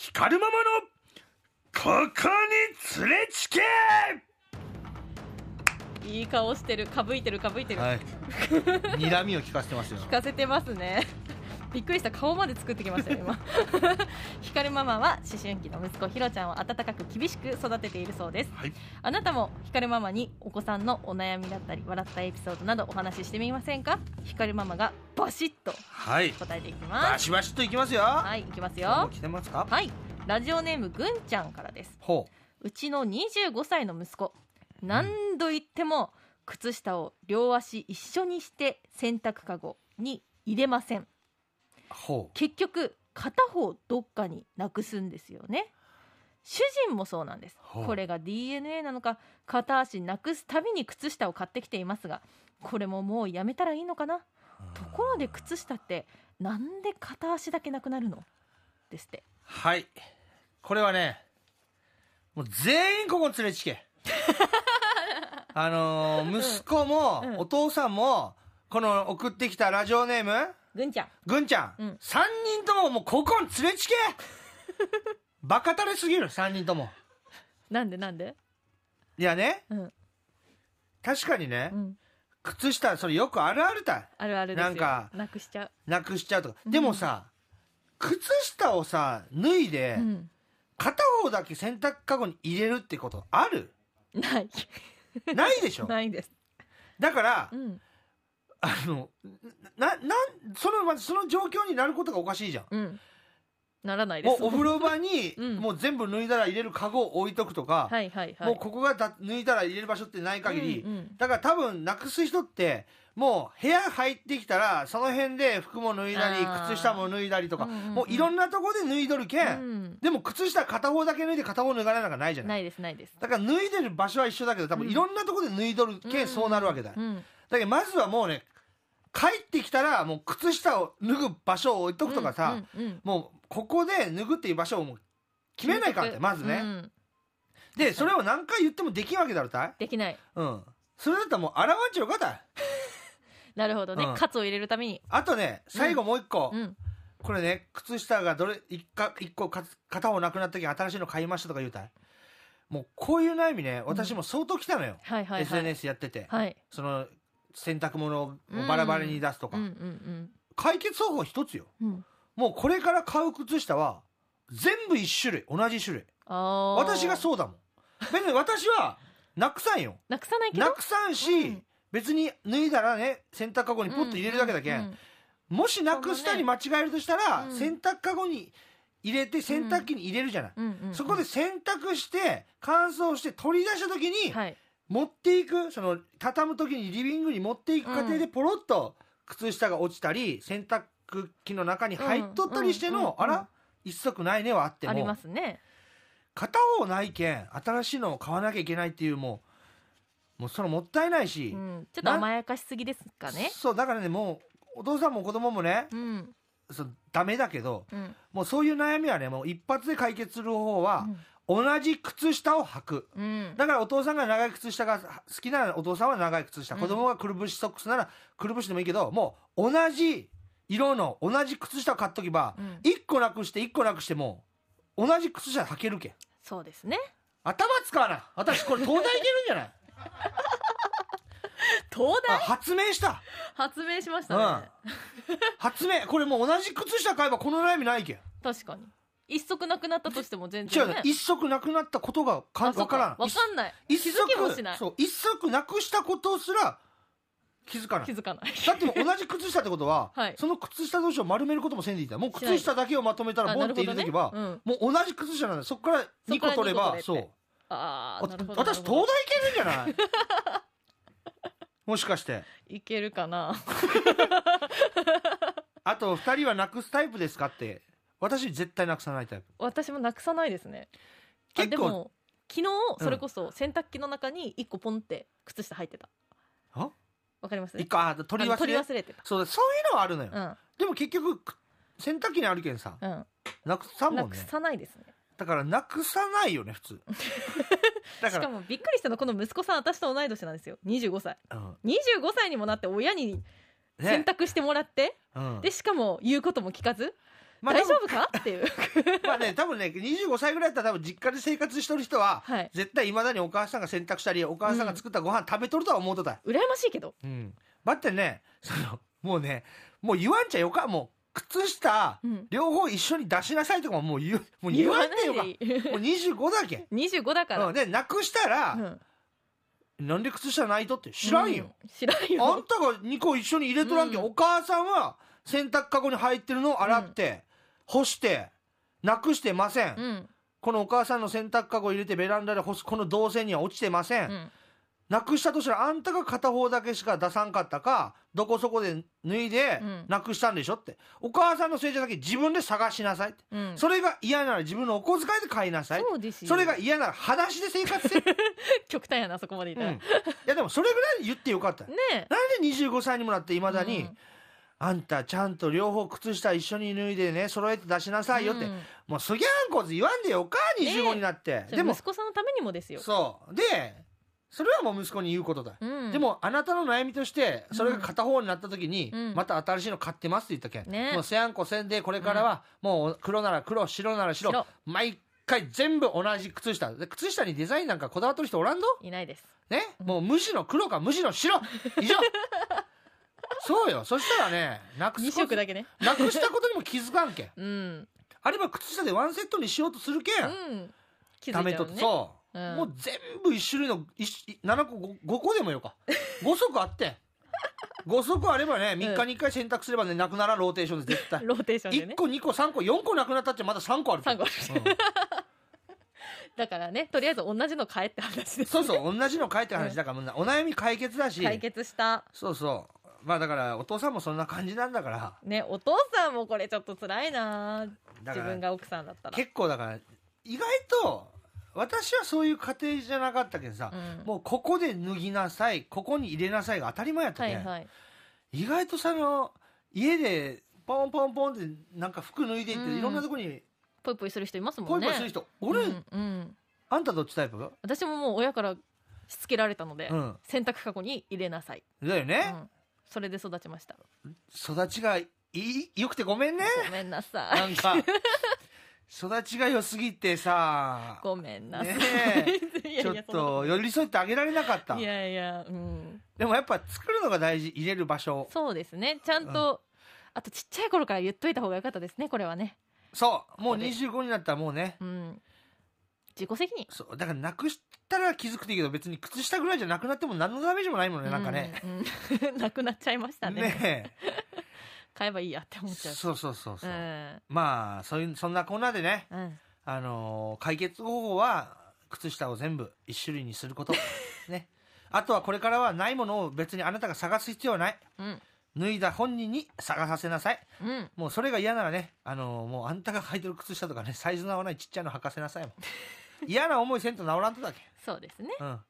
光るママのここに連れちけ。 いい顔してる、かぶいてる、 はい、睨みを聞かせてますよ。 聞かせてますね。びっくりした、顔まで作ってきましたよ今。光ママは思春期の息子ひろちゃんを温かく厳しく育てているそうです、 はい、 あなたも光ママにお子さんのお悩みだったり笑ったエピソードなどお話ししてみませんか。光ママがバシッと答えていきます、 バシバシッといきますよ。 はい、いきますよ。 来てますか。 はい、ラジオネームぐんちゃんからです。うちの25歳の息子、何度言っても靴下を両足一緒にして洗濯かごに入れません。結局片方どっかになくすんですよね。主人もそうなんです。これが DNA なのか片足なくすたびに靴下を買ってきていますが、これももうやめたらいいのかな。ところで靴下ってなんで片足だけなくなるのですって。 はい、これはね、もう全員ここに連れちけ。息子もお父さんもこの送ってきたラジオネームぐんちゃん、 3人とももうここに連れちけ。バカたれすぎる3人とも。 なんでいやね、確かにね、靴下それよくあるあるだ。 あるあるですよ。 なんかなくしちゃうとか、でもさ、靴下をさ脱いで、片方だけ洗濯かごに入れるってことある？ ないでしょ。 ないです。 だから、その状況になることがおかしいじゃん。 ならないです。 もうお風呂場に、もう全部脱いだら入れるカゴを置いとくとか、もうここが脱いだら入れる場所ってない限り、だから多分なくす人ってもう部屋入ってきたらその辺で服も脱いだり靴下も脱いだりとか、もういろんなとこで脱いどるけん、でも靴下片方だけ脱いで片方脱がないのがないじゃない。 ないです。 だから脱いでる場所は一緒だけど、多分いろんなとこで脱いどるけんそうなるわけだよ。だけどまずはもうね、帰ってきたらもう靴下を脱ぐ場所を置いとくとかさ、もうここで脱ぐっていう場所をもう決めないかってまずね、でそれを何回言ってもできんわけだろ。 できない。 それだったらもう洗わんちゃよかった。 なるほどね、カツを入れるために。 あとね、最後もう一個、これね、靴下が一個片方なくなった時新しいの買いましたとか言うたい。もうこういう悩みね、私も相当来たのよ、SNS やってて、その洗濯物をバラバラに出すとか、解決方法一つよ、もうこれから買う靴下は全部一種類、同じ種類。私がそうだもん。別に私はなくさんよ。 なくさないけど、 なくさんし、別に脱いだらね、洗濯かごにポッと入れるだけだけん、もしなくしたり間違えるとしたら、洗濯かごに入れて洗濯機に入れるじゃない、そこで洗濯して乾燥して取り出した時に、持っていく、その畳む時にリビングに持っていく過程でポロッと靴下が落ちたり洗濯機の中に入っとったりしての、あら一足ないねはあってもありますね。 片方ないけん新しいのを買わなきゃいけないっていう、もうそのもったいないし、 ちょっと甘やかしすぎですかね。 そうだからね、もうお父さんも子供もね、ダメだけど、もうそういう悩みはね、もう一発で解決する方は、同じ靴下を履く、だからお父さんが長い靴下が好きならお父さんは長い靴下、子供がくるぶしソックスならくるぶしでもいいけど、もう同じ色の同じ靴下を買っとけば、1個なくして1個なくしても同じ靴下履けるけん。 そうですね。 頭使わな、私これ東大行けるんじゃない？ 東大発明しましたね、 発明。これもう同じ靴下買えばこの悩みないけん。 確かに一足なくなったとしても全然、ね、 違う、一足なくなったことが分からん。 分かんない。気づきもしない。 そう、一足なくしたことすら気づかない。 だっても同じ靴下ってことは、その靴下同士を丸めることもせんでいいんだ。もう靴下だけをまとめたらボンって入れとけば、もう同じ靴下なんだ。そこから2個取れば、そう。私東大行けるんじゃない？もしかしていけるかな。 あと2人はなくすタイプですかって。私絶対なくさないタイプ。 私もなくさないですね。でも昨日それこそ洗濯機の中に1個ポンって靴下入ってた。わかります？ 取り忘れてた。そういうのはあるのよ、でも結局洗濯機にあるけんさ、なくさんもんね。 なくさないですね。 だからなくさないよね普通。 だからしかもびっくりしたの、この息子さん私と同い年なんですよ。25歳、25歳にもなって親に洗濯してもらって、でしかも言うことも聞かず、 大丈夫かっていうまあね、多分ね25歳ぐらいだったら多分実家で生活してる人は、はい、絶対いまだにお母さんが洗濯したりお母さんが作ったご飯食べとるとは思うとった、 羨ましいけど、 だってねもう言わんちゃよか、もう靴下、両方一緒に出しなさいとかもう言わんでよかもう25だけ 25だから、 でなくしたら、なんで靴下ないとって知らんよ、 知らんよ。 あんたが2個一緒に入れとらんけん、お母さんは洗濯かごに入ってるのを洗って、干してなくしてません、このお母さんの洗濯かご入れてベランダで干すこの動線には落ちてません、なくしたとしたらあんたが片方だけしか出さんかったかどこそこで脱いでなくしたんでしょって、お母さんのせいじゃなくて自分で探しなさいって、それが嫌なら自分のお小遣いで買いなさい、 そうですよ。 それが嫌なら裸足で生活せ極端やなそこまで言ったら、 いやでもそれぐらい言ってよかった、 ね、 なんで25歳にもなっていまだに、あんたちゃんと両方靴下一緒に脱いでね揃えて出しなさいよって、もうすぎゃんこず言わんでよか25になって、 でも息子さんのためにもですよ。 そうでそれはもう息子に言うことだ、でもあなたの悩みとしてそれが片方になった時に、また新しいの買ってますって言ったけん、もうせやんこせんでこれからはもう黒なら黒白なら白、毎回全部同じ靴下で、靴下にデザインなんかこだわってる人おらんどいないですね、もう無地の黒か無地の白以上そうよ。そしたらね 2色だけねなくしたことにも気づかんけん、あれば靴下でワンセットにしようとするけん、 ためとってそう、もう全部1種類の7個 5個でもよか5足あって5足あればね3日に1回洗濯すればねなくならローテーションで絶対ローテーションでね、 1個2個3個4個なくなったってまだ3個ある 3個ある、だからねとりあえず同じの買えって話です、ね、 そう同じの買えって話だから、お悩み解決だし解決した。 そうまあだからお父さんもそんな感じなんだからね、お父さんもこれちょっと辛いな、自分が奥さんだったら結構だから意外と私はそういう家庭じゃなかったけどさ、もうここで脱ぎなさいここに入れなさいが当たり前やったけん、意外と家でポンポンポンってなんか服脱いでいって、いろんなとこにポイポイする人いますもんね。 ポイポイする人俺、あんたどっちタイプ？ 私ももう親からしつけられたので、洗濯かごに入れなさいだよね、 それで育ちました。 育ちがよくてごめんね。 ごめんなさい。 なんか育ちが良すぎてさ、 ごめんなさい、 ちょっと寄り添ってあげられなかった。 いやいや、 でもやっぱ作るのが大事、入れる場所。 そうですね、ちゃんと、あとちっちゃい頃から言っといた方が良かったですね、これはね。 そうもう25になったらもうね、 自己責任。 そうだからなくしたら気づくていいけど、別に靴下ぐらいじゃなくなっても何のダメージもないもんね、なんかね、 なくなっちゃいましたね。 ね買えばいいやって思っちゃう。 そう、まあそんなコーナーでね、解決方法は靴下を全部一種類にすることね。あとはこれからはないものを別にあなたが探す必要はない、脱いだ本人に探させなさい、もうそれが嫌ならね、もうあんたが履いてる靴下とかね、サイズの合わないちっちゃいの履かせなさいもん嫌な思いせんと治らんとだけ。 そうですね、